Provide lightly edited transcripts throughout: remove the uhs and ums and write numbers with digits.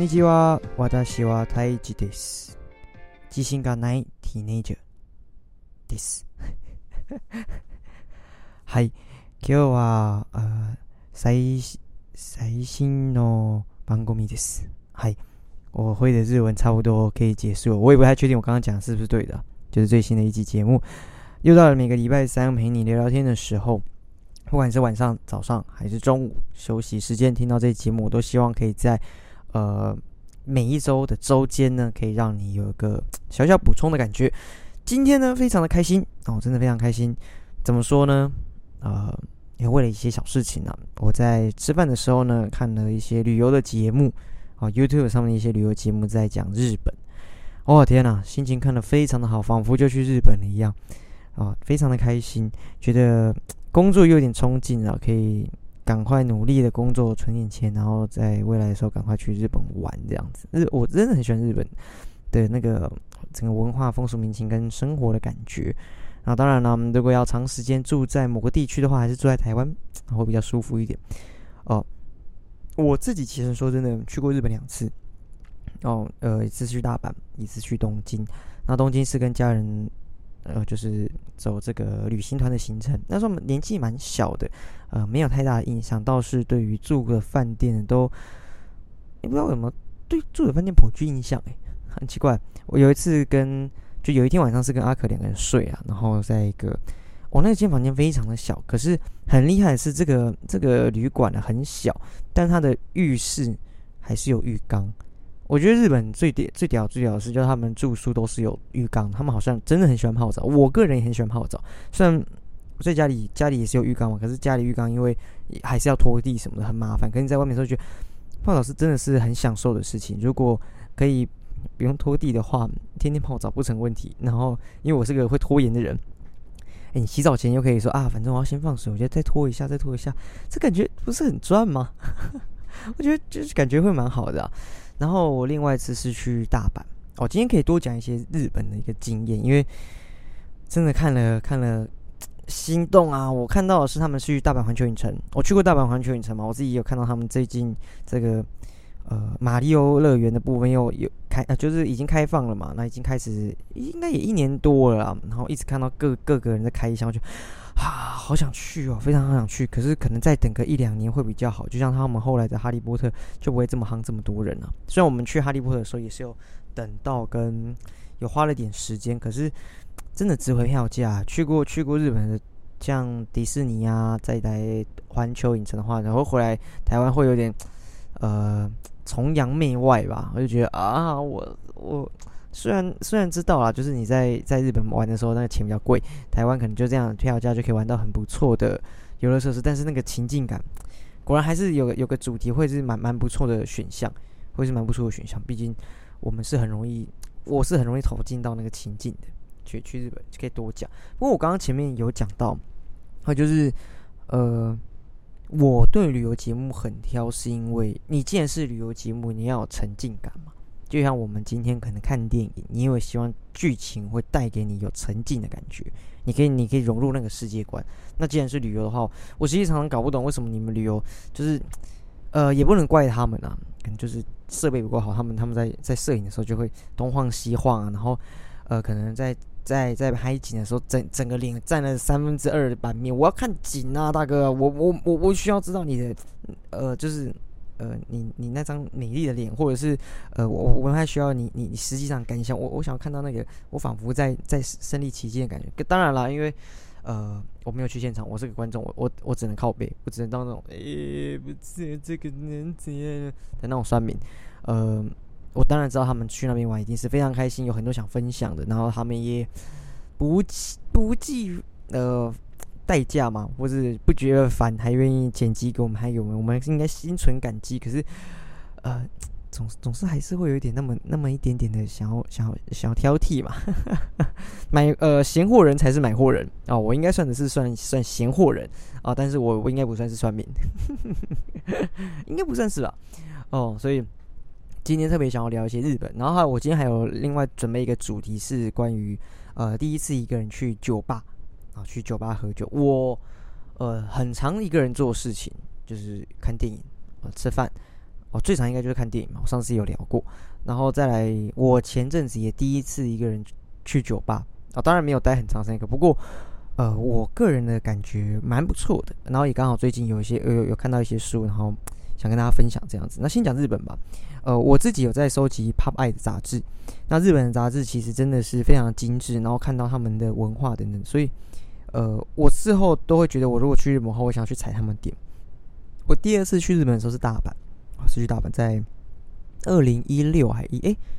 にちは。私は太一です。自信がないティーネイジャーです。はい。今日は最新の番組です。はい。我会的日文差不多可以结束了，我也不太确定我刚刚讲的是不是对的，就是最新的一集节目，又到了每个礼拜三陪你聊聊天的时候，不管是晚上、早上还是中午休息时间听到这期节目，我都希望可以在每一周的周间呢，可以让你有一个小小补充的感觉。今天呢，非常的开心哦，真的非常开心。怎么说呢？也为了一些小事情啊，我在吃饭的时候呢，看了一些旅游的节目。YouTube 上面一些旅游节目在讲日本，天哪，心情看得非常的好，仿佛就去日本了一样，非常的开心，觉得工作又有点冲劲了，可以赶快努力的工作存点钱，然后在未来的时候赶快去日本玩这样子。我真的很喜欢日本的那个整个文化风俗民情跟生活的感觉。那当然了，如果要长时间住在某个地区的话，还是住在台湾会比较舒服一点我自己其实说真的去过日本2次一次去大阪，一次去东京。那东京是跟家人就是走这个旅行团的行程，那时候我们年纪蛮小的，没有太大的印象，倒是对于住的饭店都不知道有没有对住的饭店颇具印象很奇怪。我有一次就有一天晚上是跟阿可2个人睡啊，然后在一个那间房间非常的小，可是很厉害的是这个旅馆呢很小，但它的浴室还是有浴缸。我觉得日本最屌的是，就是他们住宿都是有浴缸，他们好像真的很喜欢泡澡。我个人也很喜欢泡澡，虽然我在家里也是有浴缸嘛，可是家里浴缸因为还是要拖地什么的很麻烦。可是你在外面的时候觉得泡澡是真的是很享受的事情，如果可以不用拖地的话，天天泡澡不成问题。然后因为我是个会拖延的人。你洗澡前又可以说反正我要先放水，我觉得再拖一下，这感觉不是很赚吗？我觉得就是感觉会蛮好的然后我另外一次是去大阪今天可以多讲一些日本的一个经验，因为真的看了心动啊！我看到的是他们去大阪环球影城，我去过大阪环球影城嘛，我自己有看到他们最近这个马里奥乐园的部分又有就是已经开放了嘛，那已经开始应该也1年多了啦，然后一直看到各个人在开箱，就好想去非常好想去，可是可能再等个1-2年会比较好，就像他们后来的哈利波特就不会这么夯这么多人了。虽然我们去哈利波特的时候也是有等到跟有花了点时间，可是真的值回票价。去过日本的像迪士尼啊，再来环球影城的话，然后回来台湾会有点崇洋媚外吧，我就觉得我虽然知道啦，就是你在日本玩的时候那个钱比较贵，台湾可能就这样票价就可以玩到很不错的游乐设施，但是那个情境感果然还是有个主题会是蛮不错的选项，毕竟我是很容易投进到那个情境的。去日本可以多讲，不过我刚刚前面有讲到，就是我对旅游节目很挑，是因为你既然是旅游节目，你要有沉浸感嘛。就像我们今天可能看电影，你也会希望剧情会带给你有沉浸的感觉，你可以融入那个世界观。那既然是旅游的话，我其实常常搞不懂为什么你们旅游就是也不能怪他们啊，可能就是设备不够好，他们在摄影的时候就会东晃西晃然后可能在拍景的时候，整个脸占了2/3的版面。我要看景啊，大哥，我需要知道你的就是你那张美丽的脸，或者是我不太需要你实际上感想。我想要看到那个我仿佛在身临其境的感觉。当然啦，因为我没有去现场，我是个观众，我只能靠背，我只能当那种不是这个人怎样的那种酸民。我当然知道他们去那边玩一定是非常开心，有很多想分享的，然后他们也不计代价嘛，或是不觉得烦，还愿意剪辑给我们，还有我们应该心存感激。可是总是还是会有一点那么一点点的想要挑剔嘛。闲货人才是买货人我应该算闲货人但是我应该不算是酸民，应该不算是吧所以今天特别想要聊一些日本，然后我今天还有另外准备一个主题是关于第一次一个人去酒吧喝酒。我很常一个人做事情，就是看电影吃饭最常应该就是看电影嘛，我上次有聊过。然后再来，我前阵子也第一次一个人去酒吧当然没有待很长时间，不过我个人的感觉蛮不错的。然后也刚好最近有一些有看到一些书，然后想跟大家分享这样子。那先讲日本吧。我自己有在收集 Pop Eye 的杂志，那日本的杂志其实真的是非常精致，然后看到他们的文化等等，所以我事后都会觉得，我如果去日本后，我想去踩他们店。我第二次去日本的时候是大阪，是去大阪，在2016还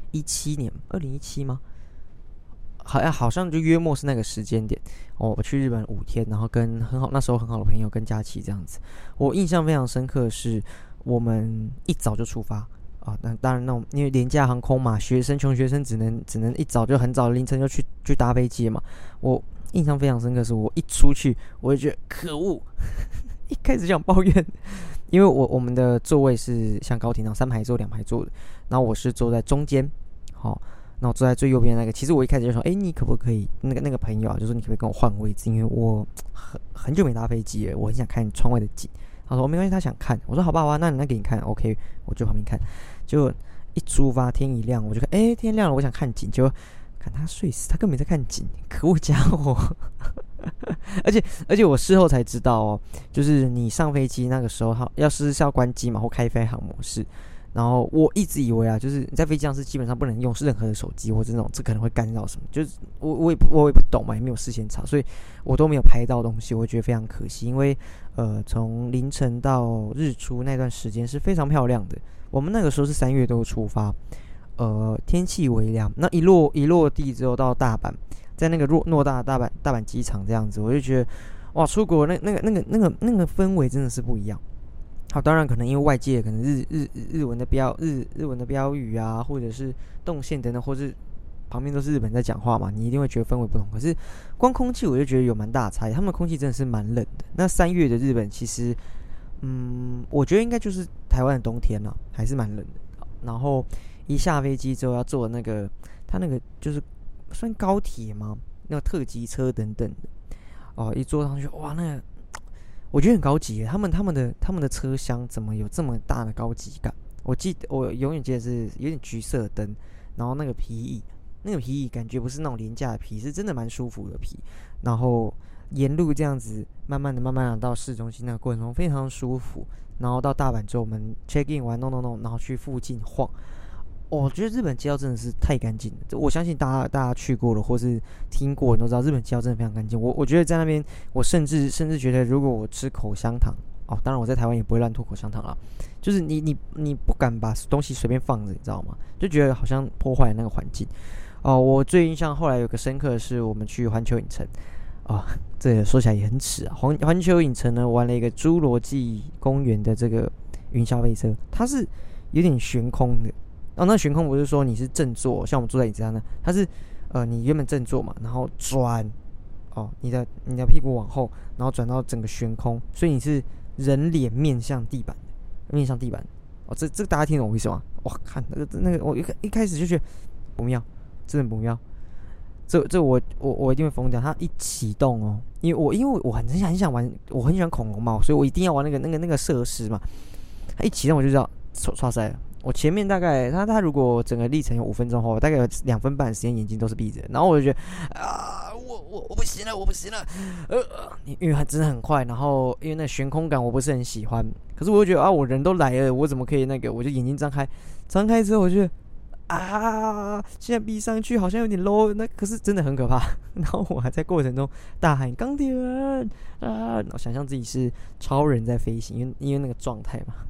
17年，2017吗？好像就约莫是那个时间点。我去日本5天，然后跟那时候很好的朋友跟佳琪这样子。我印象非常深刻的是，我们一早就出发那当然那种因为廉价航空嘛，穷学生只能一早就很早凌晨就去搭飞机嘛。我印象非常深刻的是，我一出去我就觉得可恶，一开始想抱怨，因为我们的座位是像高铁那样3排座2排座的，然后我是坐在中间，那我坐在最右边那个。其实我一开始就说，你可不可以那个朋友就说你可不可以跟我换位置，因为我很久没搭飞机了，我很想看窗外的景。他说没关系，他想看。我说好吧，那给你看 ，OK， 我就旁边看。就一出发，天一亮，我就看，天亮了，我想看景，就看他睡死，他根本没在看景，可恶家伙！而且我事后才知道就是你上飞机那个时候，是要关机嘛，或开飞行模式。然后我一直以为就是你在飞机上是基本上不能用任何的手机或者这可能会干扰什么，就是我也不懂嘛，也没有事先查，所以我都没有拍到东西，我觉得非常可惜。因为从凌晨到日出那段时间是非常漂亮的。我们那个时候是3月多出发，天气微凉。那一落地之后到大阪，在那个诺大阪机场这样子，我就觉得哇，出国那个氛围真的是不一样。好，当然可能因为外界可能日文的标语啊，或者是动线等等，或是旁边都是日本在讲话嘛，你一定会觉得氛围不同。可是光空气我就觉得有蛮大的差异，他们的空气真的是蛮冷的。那3月的日本其实，我觉得应该就是台湾的冬天啦，还是蛮冷的。然后一下飞机之后要坐那个，他那个就是算高铁吗？那个特急车等等的一坐上去，哇，那个。我觉得很高级耶，他们的车厢怎么有这么大的高级感？我永远记得是有点橘色的灯，然后那个皮椅感觉不是那种廉价的皮，是真的蛮舒服的皮。然后沿路这样子慢慢的到市中心那个过程中非常舒服。然后到大阪之后，我们 check in 完弄，然后去附近晃。我觉得日本街道真的是太干净了，我相信大家去过了或是听过，你都知道日本街道真的非常干净。我觉得在那边，我甚至觉得，如果我吃口香糖当然我在台湾也不会乱吐口香糖啦，就是你不敢把东西随便放着，你知道吗？就觉得好像破坏了那个环境。我最印象后来有个深刻的是，我们去环球影城这个说起来也很耻啊。环球影城呢玩了一个侏罗纪公园的这个云霄飞车，它是有点悬空的。那悬空不是说你是正坐，像我们坐在椅子上呢，它是你原本正坐嘛，然后转你的屁股往后，然后转到整个悬空，所以你是人脸面向地板这个大家听懂我意思吗？哇，看那个我一开始就觉得不妙，真的不妙。这我一定会疯掉。它一启动因为我很想玩，我很喜欢恐龙嘛，所以我一定要玩那个设施嘛。它一启动我就知道唰塞了。我前面大概它如果整个历程有5分钟后，大概有2分半的时间眼睛都是闭着，然后我就觉得我不行了，因为它真的很快，然后因为那悬空感我不是很喜欢，可是我就觉得我人都来了，我怎么可以我就眼睛张开之后，我就觉得现在闭上去好像有点 low， 那可是真的很可怕。然后我还在过程中大喊钢铁人然后想象自己是超人在飞行，因为那个状态嘛。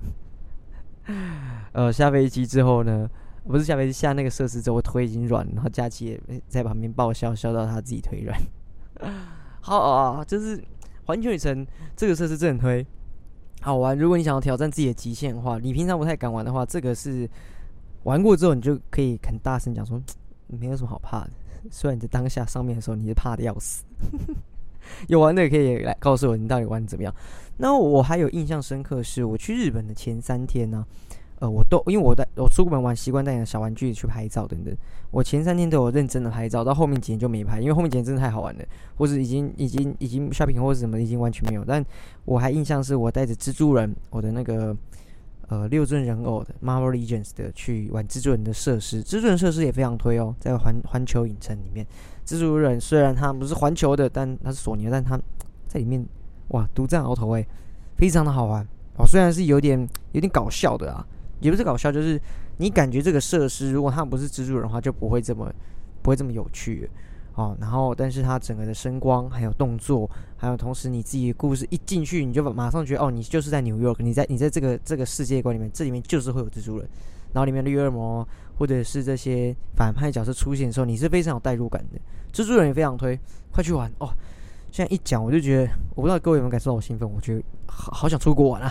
下飞机之后呢，不是下飞机，下那个设施之后，我腿已经软了，然后佳琪也在旁边爆笑到他自己腿软。好就是环球影城这个设施真的很推，好玩。如果你想要挑战自己的极限的话，你平常不太敢玩的话，这个是玩过之后你就可以很大声讲说，没有什么好怕的。虽然你在当下上面的时候你是怕的要死。有玩的也可以来告诉我你到底玩怎么样。那我还有印象深刻的是，我去日本的前3天呢，因为我出门玩习惯带点小玩具去拍照等等，我前3天都有认真的拍照，到后面几天就没拍，因为后面几天真的太好玩了，或是已经 shopping 或是什么已经完全没有。但我还印象是我带着蜘蛛人，我的那个六尊人偶的 Marvel Legends 的去玩蜘蛛人的设施，蜘蛛人设施也非常推哦，在环球影城里面，蜘蛛人虽然他不是环球的，但他是索尼的，但他在里面哇独占鳌头非常的好玩哦。虽然是有点搞笑的啊，也不是搞笑，就是你感觉这个设施如果它不是蜘蛛人的话，就不会这么有趣了。哦，然后但是它整个的声光还有动作，还有同时你自己的故事一进去，你就马上觉得哦，你就是在纽约，你在这个世界观里面，这里面就是会有蜘蛛人，然后里面的绿恶魔或者是这些反派角色出现的时候，你是非常有代入感的。蜘蛛人也非常推，快去玩哦！现在一讲我就觉得，我不知道各位有没有感受到我兴奋，我觉得好想出国玩啊！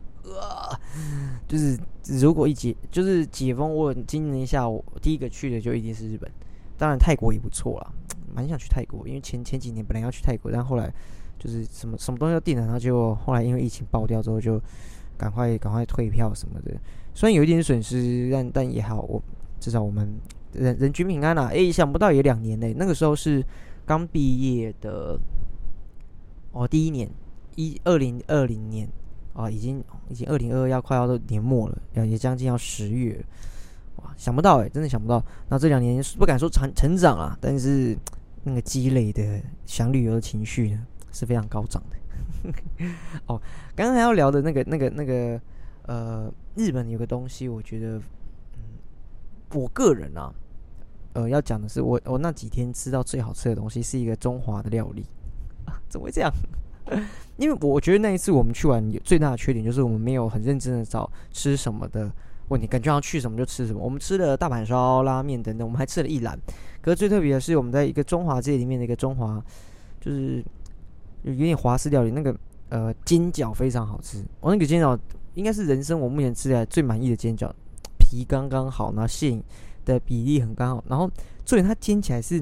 就是如果就是解封，我今年一下我第一个去的就一定是日本，当然泰国也不错啦。蛮想去泰国，因为前几年本来要去泰国，但后来就是什么东西都定了，然后结果后来因为疫情爆掉之后，就赶快退票什么的。虽然有一点损失，但也好，至少我们人均平安啦。想不到也2年嘞，那个时候是刚毕业的第一年，2020年啊，已经2022快要到年末了，也将近要10月了。哇，想不到真的想不到。那这2年不敢说成长啊，但是那个积累的想旅游的情绪呢是非常高涨的。哦，刚刚还要聊的那个日本有个东西，我觉得我个人啊，要讲的是我那几天吃到最好吃的东西是一个中华的料理怎么会这样？因为我觉得那一次我们去玩最大的缺点就是我们没有很认真的找吃什么的问题，感觉要去什么就吃什么。我们吃了大阪烧、拉面等等，我们还吃了一篮。可是最特别的是，我们在一个中华街里面的一个中华，就是有点华式料理，那个煎饺非常好吃。那个煎饺应该是人生我目前吃起来最满意的煎饺，皮刚刚好，然后馅的比例很刚好，然后重点它煎起来是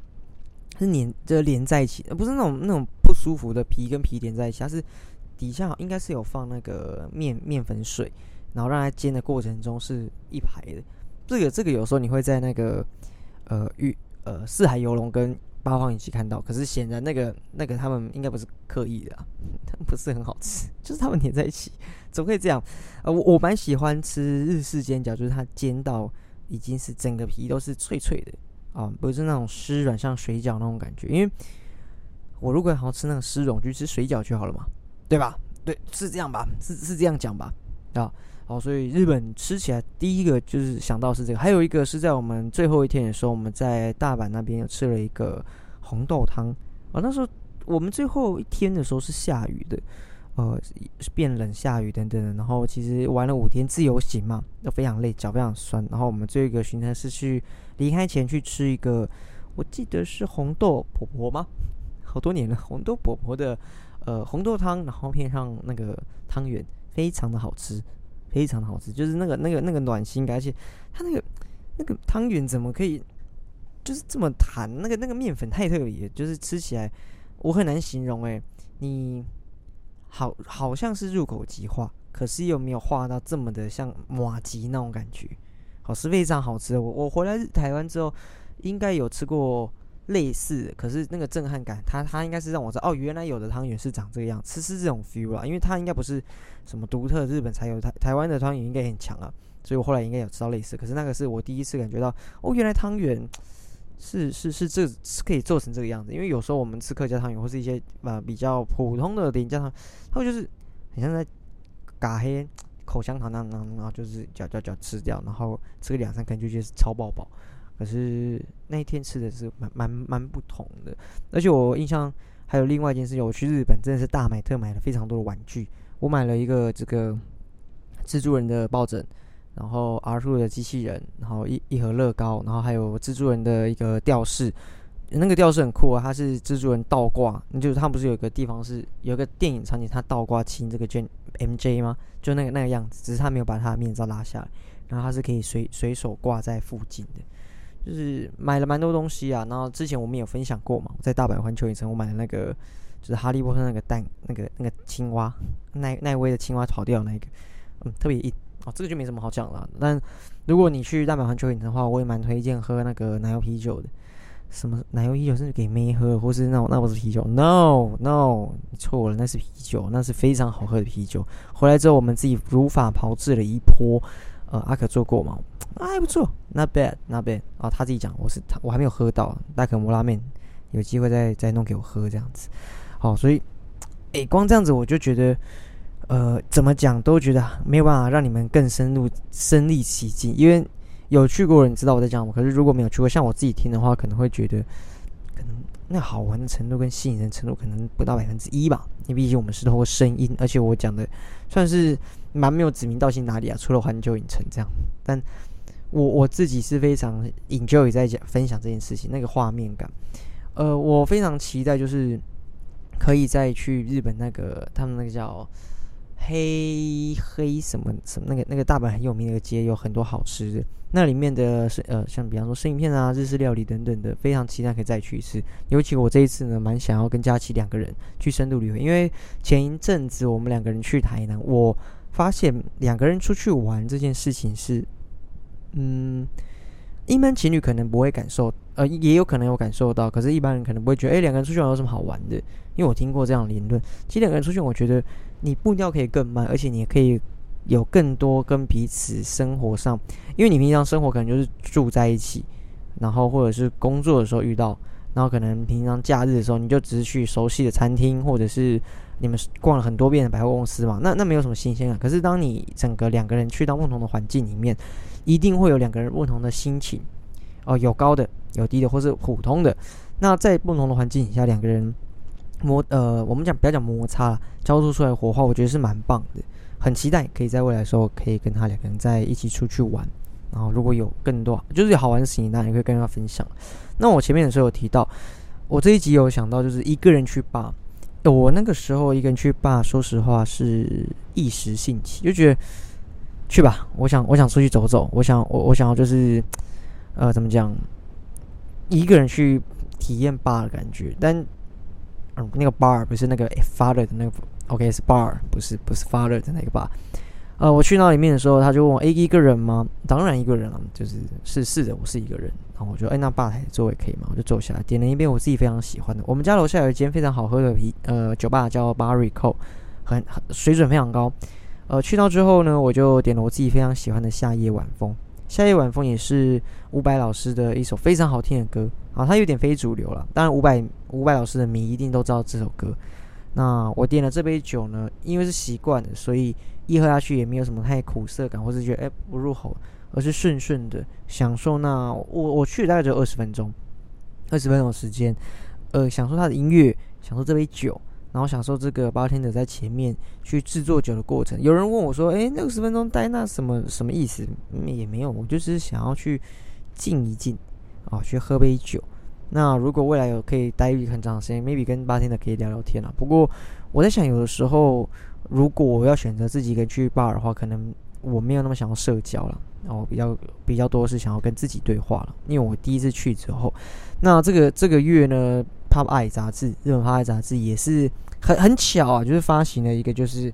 连在一起，不是那种不舒服的皮跟皮连在一起，它是底下应该是有放那个面粉水。然后让它煎的过程中是一排的，这个有时候你会在那个四海游龙跟八方云集看到，可是显然那个他们应该不是刻意的啊，他们不是很好吃，就是他们粘在一起，怎么可以这样？我蛮喜欢吃日式煎饺，就是它煎到已经是整个皮都是脆脆的啊，不是那种湿软像水饺那种感觉。因为我如果想要吃那个湿软，就吃水饺就好了嘛，对吧？对，是这样吧？是这样讲吧？啊。所以日本吃起来第一个就是想到是这个，还有一个是在我们最后一天的时候，我们在大阪那边有吃了一个红豆汤。那时候我们最后一天的时候是下雨的，变冷下雨等等的，然后其实玩了5天自由行嘛，都非常累，脚非常酸。然后我们最后一个行程是去离开前去吃一个，我记得是红豆婆婆吗？好多年了，红豆婆婆的红豆汤，然后配上那个汤圆，非常的好吃。非常的好吃，就是那个暖心感，而且它那个汤圆怎么可以就是这么弹？那个面粉太特别，就是吃起来我很难形容你好像是入口即化，可是又没有化到这么的像麻糬那种感觉，是非常好吃的。我回来台湾之后，应该有吃过类似的，可是那个震撼感，它应该是让我知道原来有的汤圆是长这个样子，是这种 feel 啦。因为它应该不是什么独特日本才有，台湾的汤圆应该很强啊，所以我后来应该有吃到类似。可是那个是我第一次感觉到，原来汤圆是可以做成这个样子。因为有时候我们吃客家汤圆或是一些比较普通的廉价汤，它就是很像在嘎黑口香糖那样，然后就是嚼吃掉，然后吃个2-3根就觉得是超爆饱。可是那一天吃的是蛮不同的，而且我印象还有另外一件事情，我去日本真的是大买特买了非常多的玩具。我买了一个这个蜘蛛人的抱枕，然后 R2 的机器人，然后一盒乐高，然后还有蜘蛛人的一个吊饰。那个吊饰很酷啊，它是蜘蛛人倒挂，就是他不是有一个地方是有一个电影场景，他倒挂亲这个 MJ 吗？就那个样子，只是他没有把他的面罩拉下来，然后他是可以随手挂在附近的。就是买了蛮多东西啊，然后之前我们有分享过嘛，我在大阪环球影城我买了那个就是哈利波特那个蛋，那个青蛙，奈威的青蛙跑掉那个，特别硬这个就没什么好讲了。但如果你去大阪环球影城的话，我也蛮推荐喝那个奶油啤酒的。 什么奶油啤酒是给妹喝，或是那不是啤酒 ，no， 你错了，那是啤酒，那是非常好喝的啤酒。回来之后，我们自己如法炮制了一波，阿可做过嘛，还不错 ，not bad。他自己讲，我还没有喝到，大可摩拉面有机会再弄给我喝这样子。好，所以，光这样子我就觉得。怎么讲都觉得没有办法让你们更身临其境，因为有去过的人知道我在讲什么。可是如果没有去过，像我自己听的话，可能会觉得，可能那好玩的程度跟吸引人程度可能不到1%吧。因为毕竟我们是透过声音，而且我讲的算是蛮没有指名道姓哪里啊，除了环球影城这样。但我自己是非常 enjoy 在分享这件事情，那个画面感。我非常期待就是可以再去日本他们那个叫。黑什么那个大阪很有名的一个街，有很多好吃的。那里面的像比方说生鱼片啊、日式料理等等的，非常期待可以再去一次。尤其我这一次呢，蛮想要跟佳琪2个人去深度旅游，因为前一阵子我们2个人去台南，我发现2个人出去玩这件事情是，一般情侣可能不会感受，也有可能有感受到，可是一般人可能不会觉得，2个人出去玩有什么好玩的？因为我听过这样的言论。其实2个人出去玩，我觉得你步调可以更慢，而且你也可以有更多跟彼此生活上，因为你平常生活可能就是住在一起，然后或者是工作的时候遇到，然后可能平常假日的时候你就只是去熟悉的餐厅，或者是你们逛了很多遍的百货公司嘛，那没有什么新鲜感。可是当你整个2个人去到不同的环境里面，一定会有2个人不同的心情，有高的，有低的，或是普通的。那在不同的环境底下，2个人我们不要讲摩擦啦，交织出来的火花，我觉得是蛮棒的。很期待可以在未来的时候可以跟他2个人在一起出去玩，然后如果有更多就是有好玩的事情，当然也可以跟他分享。那我前面的时候有提到，我这一集有想到就是一个人去吧。我那个时候一个人去吧，说实话是一时兴起，就觉得去吧，我想出去走走，我想要就是怎么讲，一个人去体验吧的感觉。但那个 bar 不是那个 father 的那个 ，OK 是 bar， 不是 father 的那个 bar。我去那里面的时候，他就问我，一个人吗？当然一个人了，是的，我是一个人。然后我就那吧台座位可以吗？我就坐下来，点了一杯我自己非常喜欢的。我们家楼下有一间非常好喝的酒吧，叫 Barrico， 很水准非常高。去到之后呢，我就点了我自己非常喜欢的《夏夜晚风》。《夏夜晚风》也是伍佰老师的一首非常好听的歌啊，它有点非主流了。当然伍佰老师的迷一定都知道这首歌。那我点了这杯酒呢，因为是习惯的，所以一喝下去也没有什么太苦涩感，或是觉得不入口，而是顺顺的享受。那我去大概只有20分钟的时间，享受它的音乐，享受这杯酒。然后享受这个bartender在前面去制作酒的过程。有人问我说：“60分钟待那什么意思？”也没有，我就是想要去静一静去喝杯酒。那如果未来有可以待很长的时间 ，maybe 跟bartender可以聊聊天啦。不过我在想，有的时候如果我要选择自己一个人去 bar 的话，可能我没有那么想要社交了。比较多是想要跟自己对话了。因为我第一次去之后，那这个月呢，Pop Eye 杂志，日本 Pop Eye 杂志也是。很巧啊，就是发行了一个就是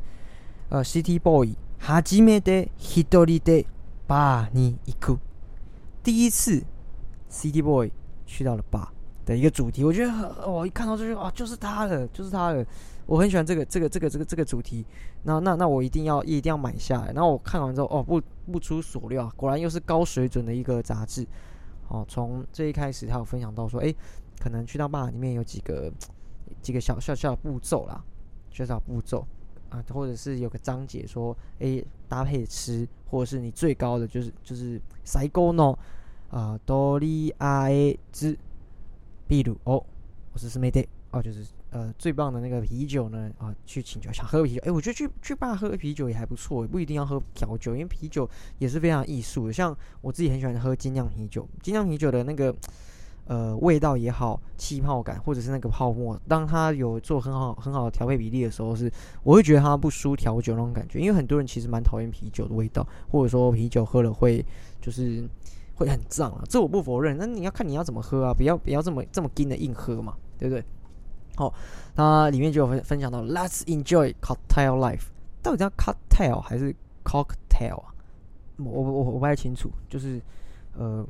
City Boy 初めて一人でバーに行く，第一次 City Boy 去到了 bar 的一个主题。我觉得我一看到就是他了，我很喜欢这个主题。那我一定要买下来。然后我看完之后不出所料，果然又是高水准的一个杂志。从这一开始他有分享到说，可能去到 bar 里面有几个小的步骤啦，或者是有个章节说，搭配吃，或者是你最高的就是最高の取り合えずビールをおすすめで就是最棒的那个啤酒呢去请求想喝啤酒。我觉得去吧喝啤酒也还不错，不一定要喝调酒，因为啤酒也是非常艺术的。像我自己很喜欢喝精酿啤酒，精酿啤酒的那个。味道也好，气泡感或者是那个泡沫，当它有做很好的调配比例的时候，我会觉得它不输调酒那种感觉。因为很多人其实蛮讨厌啤酒的味道，或者说啤酒喝了会很胀啊，这我不否认。那你要看你要怎么喝啊，不要这么硬的硬喝嘛，对不对？它里面就有分享到 Let's enjoy cocktail life， 到底叫 cocktail 还是 cocktail 啊？我不太清楚，就是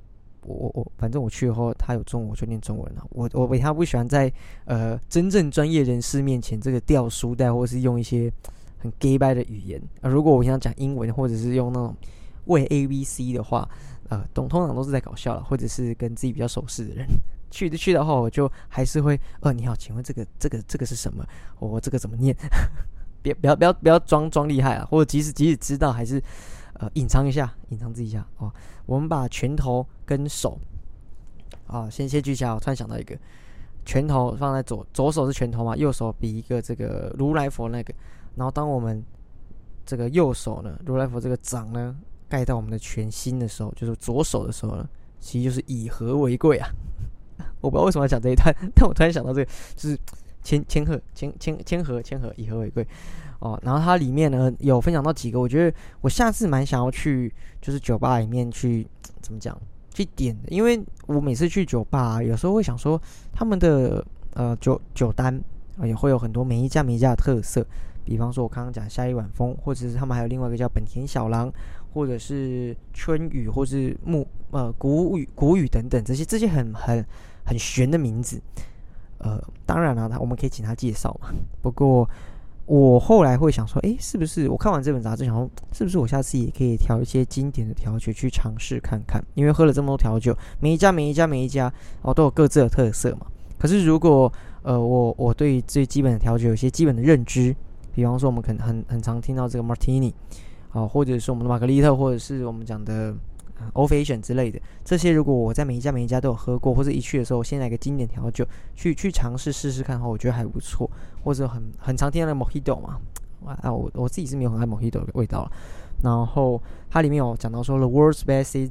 反正我去后，他有中文我就念中文了。我比他不喜欢在真正专业人士面前这个掉书袋，或是用一些很 gay 掰的语言。如果我平常讲英文，或者是用那种喂 ABC 的话，通常都是在搞笑了，或者是跟自己比较熟识的人。去的话，我就还是会，你好，请问这个是什么？我这个怎么念？不要装厉害啊，或者即使知道，还是隐藏自己一下哦。我们把拳头跟手先举起来。我突然想到一个，拳头放在左手是拳头嘛，右手比一个这个如来佛那个，然后当我们这个右手呢，如来佛这个掌呢盖到我们的拳心的时候，就是左手的时候呢，其实就是以和为贵啊。我不知道为什么要讲这一段，但我突然想到这个，就是谦和，以和为贵哦。然后它里面呢有分享到几个，我觉得我下次蛮想要去，就是酒吧里面去怎么讲去点的，因为我每次去酒吧，有时候会想说他们的酒单也会有很多每一家的特色，比方说我刚刚讲夏一晚风，或者是他们还有另外一个叫本田小狼，或者是春雨，或是谷雨等等，这些很玄的名字。当然了，我们可以请他介绍嘛。不过我后来会想说，是不是我看完这本杂志，想说是不是我下次也可以调一些经典的调酒去尝试看看？因为喝了这么多调酒，每一家都有各自的特色嘛。可是如果我对最基本的调酒有些基本的认知，比方说我们可能很常听到这个 Martini 或者是我们的玛格丽特，或者是我们讲的Old Fashion 之类的，这些如果我在每一家都有喝过，或者一去的时候先来个经典调酒去尝试试试看后，我觉得还不错。或者很常听到的 Mojito 嘛，我自己是没有很爱 Mojito 的味道了。然后它里面有讲到说 The World's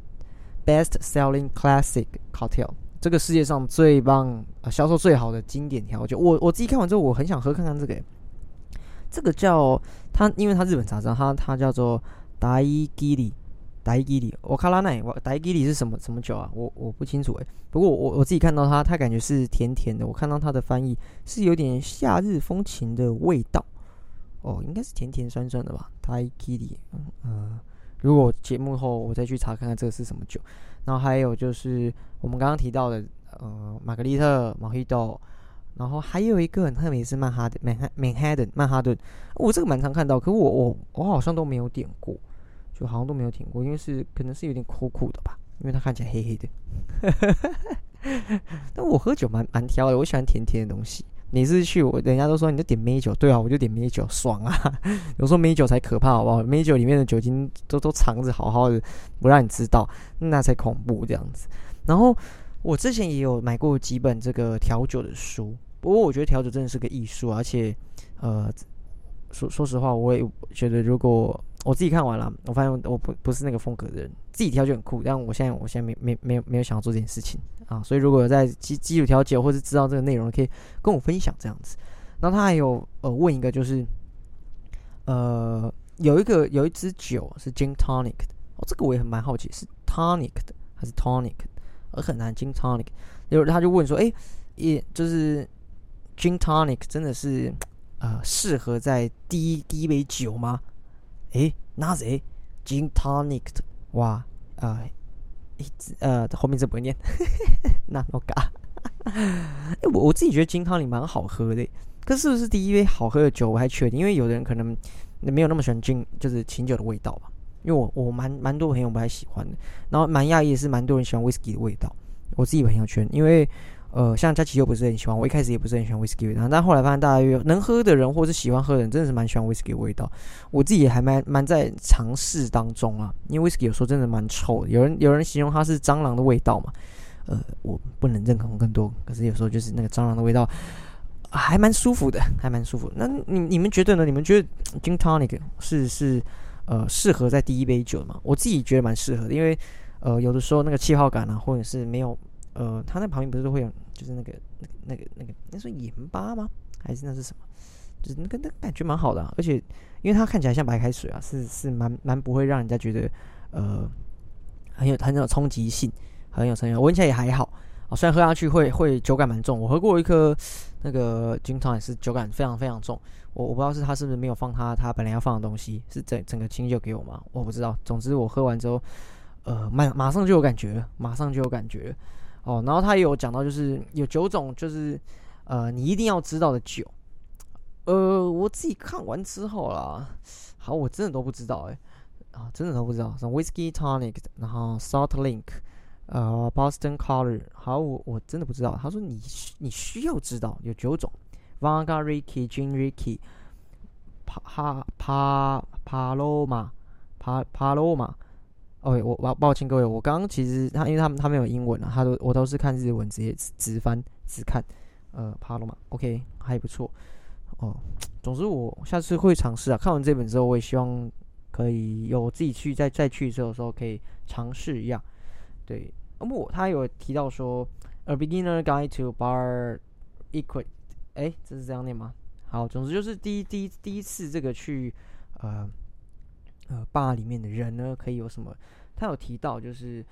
Best Selling Classic Cocktail， 这个世界上最棒销售最好的经典调酒。我自己看完之后，我很想喝看看这个。这个叫它，因为它日本杂志，它叫做大吉利。我看拉奈，大吉利是什么酒啊？我不清楚不过我自己看到它感觉是甜甜的。我看到它的翻译是有点夏日风情的味道应该是甜甜酸酸的吧。大吉利，如果节目后我再去查看看这个是什么酒。然后还有就是我们刚刚提到的玛格丽特、Mojito，然后还有一个很特别是曼哈顿，我这个蛮常看到，可是我好像都没有点过。就好像都没有听过，因为可能是有点苦的吧，因为它看起来黑黑的。但我喝酒蛮挑的，我喜欢甜甜的东西。每次去人家都说你就点美酒，对啊，我就点美酒，爽啊！有时候美酒才可怕，好不好？美酒里面的酒精都藏着好好的，不让你知道，那才恐怖这样子。然后我之前也有买过几本这个调酒的书，不过我觉得调酒真的是个艺术，而且说实话，我也觉得如果我自己看完了，我发现我不是那个风格的人，自己调酒很酷，但我现在没有想要做这件事情所以如果有在基础调酒或是知道这个内容，可以跟我分享这样子。然后他还有问一个，就是有一支酒是 Gin Tonic 的这个我也很蛮好奇，是 Tonic 的还是 Tonic 的，很难 Gin Tonic。他就问说，也就是 Gin Tonic 真的是适合在第一杯酒吗？那是Gin Tonic 的哇后面这不会念那我嘎我自己觉得Gin Tonic 蛮好喝的，可是不是第一杯好喝的酒我还确定，因为有的人可能没有那么喜欢Gin，就是琴酒的味道吧。因为我蛮多朋友不太喜欢的，然后蛮讶异的是蛮多人喜欢 whisky 的味道。我自己朋友圈，因为像佳琪又不是很喜欢，我一开始也不是很喜欢 whisky 味道，但后来发现大家能喝的人或是喜欢喝的人，真的是蛮喜欢 whisky 的味道。我自己也还蛮在尝试当中啊，因为 whisky 有时候真的蛮臭的，有人形容它是蟑螂的味道嘛，我不能认同更多，可是有时候就是那个蟑螂的味道还蛮舒服的，那你们觉得呢？你们觉得 Gin Tonic 是适合在第一杯酒吗？我自己觉得蛮适合的，因为有的时候那个气泡感啊，或者是没有它那旁边不是都会有，就是那个那是盐巴吗？还是那是什么？就是那感觉蛮好的而且因为它看起来像白开水是蛮不会让人家觉得很有冲击性，很有成效，闻起来也还好虽然喝下去会酒感蛮重。我喝过一颗那个 Gin Tonic 是酒感非常非常重，我不知道是他是不是没有放他本来要放的东西，是整个清酒给我吗？我不知道。总之我喝完之后马上就有感觉了，哦。然后他也有讲到，就是有9种，就是你一定要知道的酒。我自己看完之后啦，好，我真的都不知道真的都不知道，什么 Whisky Tonic， 然后 Salt Link， Boston Color， 好，我真的不知道。他说你需要知道有9种 ，Vodka Ricky、Gin Ricky、Paloma。我抱歉各位，我刚刚其实因为他没有英文啊，我都是看日文直接直翻直看，Paloma OK 还不错哦。总之我下次会尝试啊，看完这本之后，我也希望可以有自己去再去的时候可以尝试一下。对，他有提到说 A Beginner Guide to Bar Etiquette， 这是这样念吗？好，总之就是第一次这个去吧里面的人呢，可以有什么？他有提到就是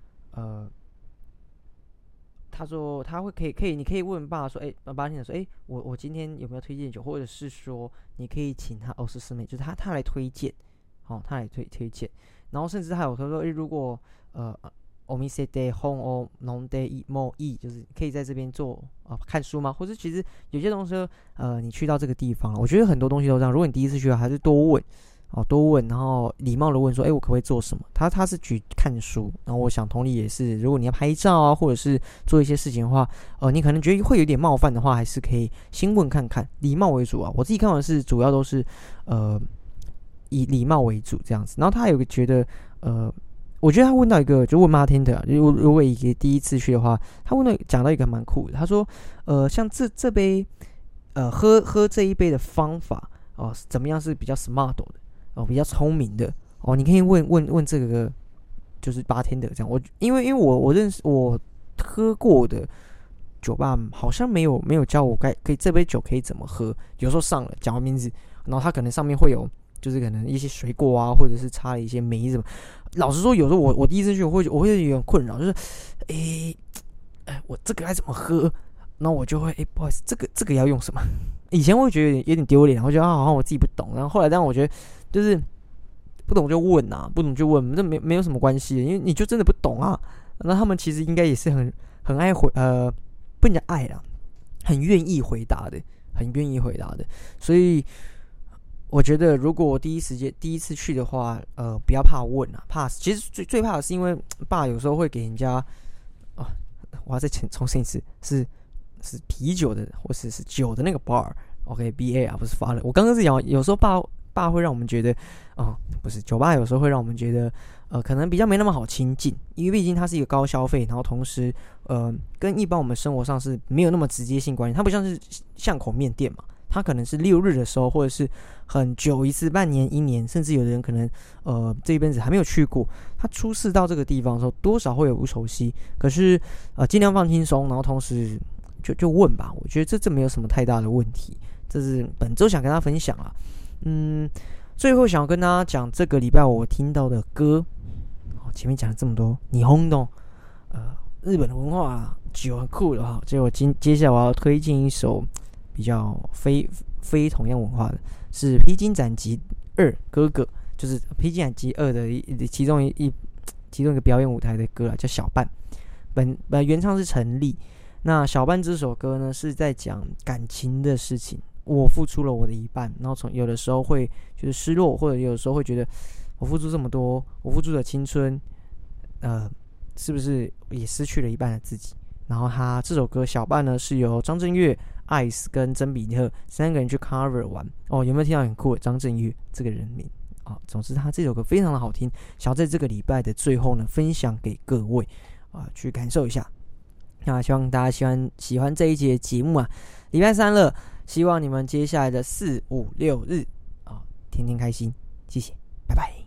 他说他会可以，你可以问爸说，爸听说，我今天有没有推荐酒，或者是说你可以请他是师妹，就是他来推荐，他来推荐，然后甚至还有他说，如果お店で本を飲んでもいい，就是可以在这边做看书吗？或者其实有些东西你去到这个地方，我觉得很多东西都这样。如果你第一次去，还是多问，然后礼貌的问说，我可不可以做什么？他是举看书，然后我想同理也是，如果你要拍照啊，或者是做一些事情的话，你可能觉得会有点冒犯的话，还是可以先问看看，礼貌为主啊。我自己看完是主要都是以礼貌为主这样子。然后他有个觉得我觉得他问到一个，就问 Martin 啊，如果一个第一次去的话，他讲到一个蛮酷的，他说，像这杯，喝这一杯的方法怎么样是比较 smart 的比较聪明的你可以问这个就是 Bartender 这样。因为我认识我喝过的酒吧好像没有教我可以这杯酒可以怎么喝，有时候上了讲完名字，然后他可能上面会有。就是可能一些水果啊，或者是插了一些梅什么。老实说，有时候我第一次去，我会有点困扰，就是我这个该怎么喝？然后我就会不好意思，这个要用什么？以前我会觉得有点丢脸，我觉得好像我自己不懂。然后后来，但我觉得就是不懂就问不懂就问，这没有什么关系，因为你就真的不懂啊。那他们其实应该也是很爱不能讲爱啦，很愿意回答的，所以。我觉得，如果我第一次去的话，不要怕问怕其实最怕的是因为爸有时候会给人家我要再重申一次，是啤酒的或是酒的那个 bar，OK，BA 不是发了。我刚刚是讲，有时候爸会让我们觉得，不是酒吧有时候会让我们觉得，可能比较没那么好亲近，因为毕竟它是一个高消费，然后同时，跟一般我们生活上是没有那么直接性关系，它不像是巷口面店嘛。他可能是6日的时候，或者是很久一次，半年、1年，甚至有的人可能这一辈子还没有去过。他初次到这个地方的时候，多少会有不熟悉。可是尽量放轻松，然后同时就问吧。我觉得这没有什么太大的问题。这是本周想跟大家分享啦。最后想要跟大家讲这个礼拜我听到的歌。前面讲了这么多，霓虹的日本的文化酒很酷的哈。结果接下来我要推荐一首。比较非同样文化的是《披荆斩棘2》哥哥，就是《披荆斩棘2》的其中一个表演舞台的歌啦，叫小半。原唱是陈粒。那小半这首歌呢，是在讲感情的事情。我付出了我的一半，然后有的时候会觉得失落，或者有的时候会觉得我付出这么多，我付出的青春，是不是也失去了一半的自己？然后他这首歌小半呢，是由张震岳、Ice 跟曾比特3个人去 cover 完有没有听到很酷的张震岳这个人名总之他这首歌非常的好听，想要在这个礼拜的最后呢分享给各位去感受一下。那希望大家喜欢这一节节目礼拜3了，希望你们接下来的4、5、6日天天开心，谢谢，拜拜。